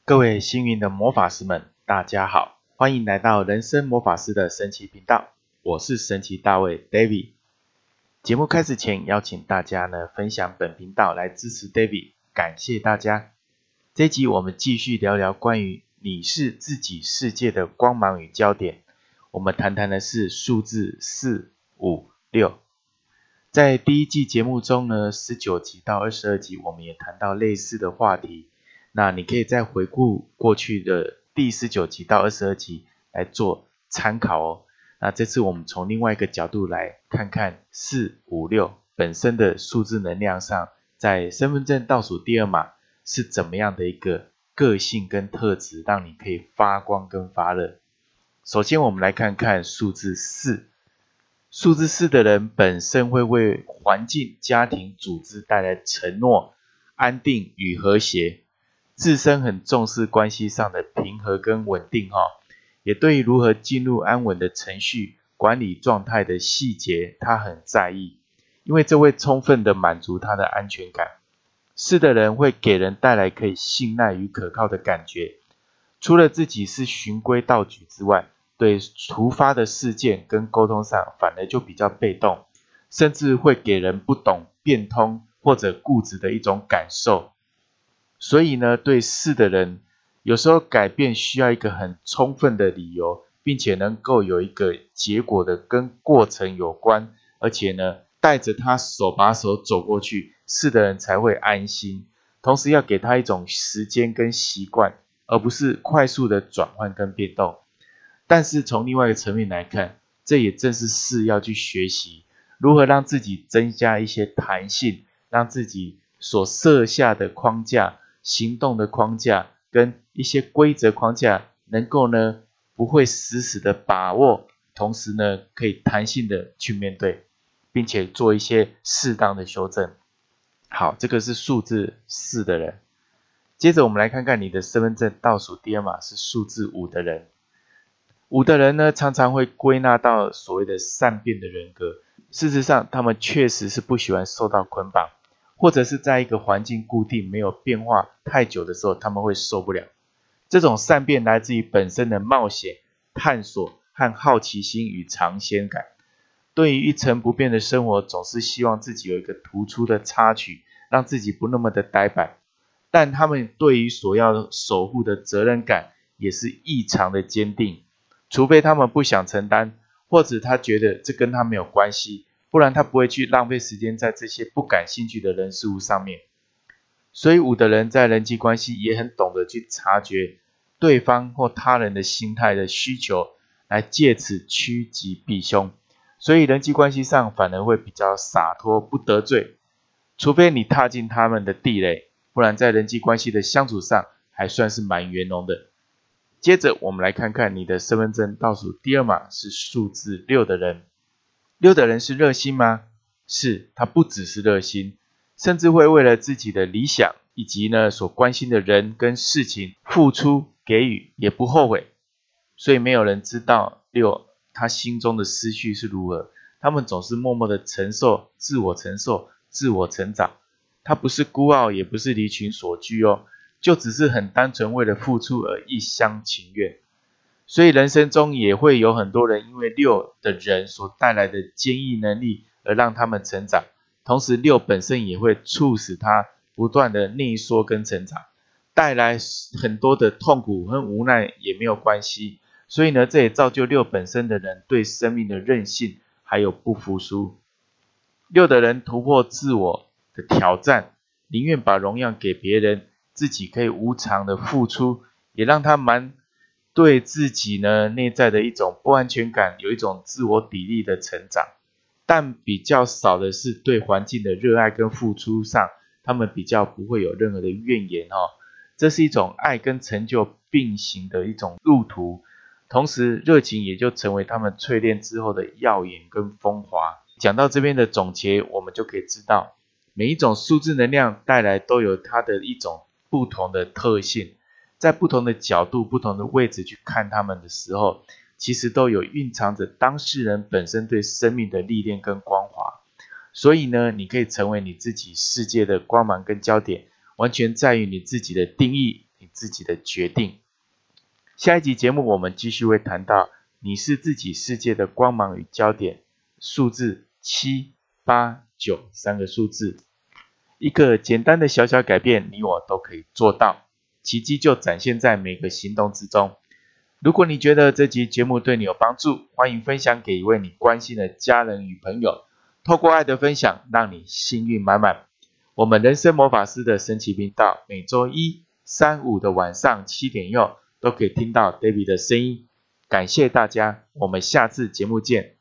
各位幸运的魔法师们，大家好，欢迎来到人生魔法师的神奇频道，我是神奇大卫 David。节目开始前，邀请大家呢分享本频道来支持 David， 感谢大家。这一集我们继续聊聊关于你是自己世界的光芒与焦点，我们谈谈的是数字4、5、6。在第一季节目中呢，19集到22集我们也谈到类似的话题，那你可以再回顾过去的第19集到22集来做参考哦。那这次我们从另外一个角度来看看4、5、6本身的数字能量上，在身份证倒数第二码是怎么样的一个个性跟特质，让你可以发光跟发热。首先我们来看看数字4。数字4的人本身会为环境、家庭、组织带来承诺、安定与和谐，自身很重视关系上的平和跟稳定也对于如何进入安稳的程序、管理状态的细节他很在意，因为这会充分的满足他的安全感。4的人会给人带来可以信赖与可靠的感觉，除了自己是循规蹈矩之外，对突发的事件跟沟通上反而就比较被动，甚至会给人不懂变通或者固执的一种感受。所以呢，对4的人有时候改变需要一个很充分的理由，并且能够有一个结果的跟过程有关，而且呢带着他手把手走过去，4的人才会安心。同时要给他一种时间跟习惯，而不是快速的转换跟变动。但是从另外一个层面来看，这也正是4要去学习如何让自己增加一些弹性，让自己所设下的框架、行动的框架跟一些规则框架能够呢不会死死的把握，同时呢可以弹性的去面对，并且做一些适当的修正。好，这个是数字4的人。接着我们来看看你的身份证倒数第二码是数字5的人。5的人呢，常常会归纳到所谓的善变的人格。事实上，他们确实是不喜欢受到捆绑，或者是在一个环境固定没有变化太久的时候，他们会受不了。这种善变来自于本身的冒险、探索和好奇心与尝鲜感。对于一成不变的生活，总是希望自己有一个突出的插曲，让自己不那么的呆板。但他们对于所要守护的责任感也是异常的坚定。除非他们不想承担，或者他觉得这跟他没有关系，不然他不会去浪费时间在这些不感兴趣的人事物上面。所以5的人在人际关系也很懂得去察觉对方或他人的心态的需求，来借此趋吉避凶。所以人际关系上反而会比较洒脱，不得罪，除非你踏进他们的地雷，不然在人际关系的相处上还算是蛮圆融的。接着我们来看看你的身份证倒数第二码是数字6的人。6的人是热心吗？是，他不只是热心，甚至会为了自己的理想以及呢所关心的人跟事情付出给予，也不后悔。所以没有人知道6他心中的思绪是如何，他们总是默默的承受、自我成长。他不是孤傲，也不是离群索居就只是很单纯为了付出而一厢情愿。所以人生中也会有很多人因为6的人所带来的坚毅能力而让他们成长，同时6本身也会促使他不断的内缩跟成长，带来很多的痛苦和无奈也没有关系。所以呢，这也造就6本身的人对生命的韧性还有不服输。6的人突破自我的挑战，宁愿把荣耀给别人，自己可以无偿的付出，也让他蛮对自己呢内在的一种不安全感有一种自我砥砺的成长。但比较少的是对环境的热爱跟付出上，他们比较不会有任何的怨言这是一种爱跟成就并行的一种路途，同时热情也就成为他们淬炼之后的耀眼跟风华。讲到这边的总结，我们就可以知道每一种数字能量带来都有它的一种不同的特性，在不同的角度、不同的位置去看它们的时候，其实都有蕴藏着当事人本身对生命的历练跟光华。所以呢，你可以成为你自己世界的光芒跟焦点，完全在于你自己的定义，你自己的决定。下一集节目我们继续会谈到你是自己世界的光芒与焦点，数字7、8、9三个数字，一个简单的小小改变，你我都可以做到，奇迹就展现在每个行动之中。如果你觉得这集节目对你有帮助，欢迎分享给一位你关心的家人与朋友，透过爱的分享，让你幸运满满。我们人生魔法师的神奇频道，每周1、3、5的晚上7点都可以听到 David 的声音。感谢大家，我们下次节目见。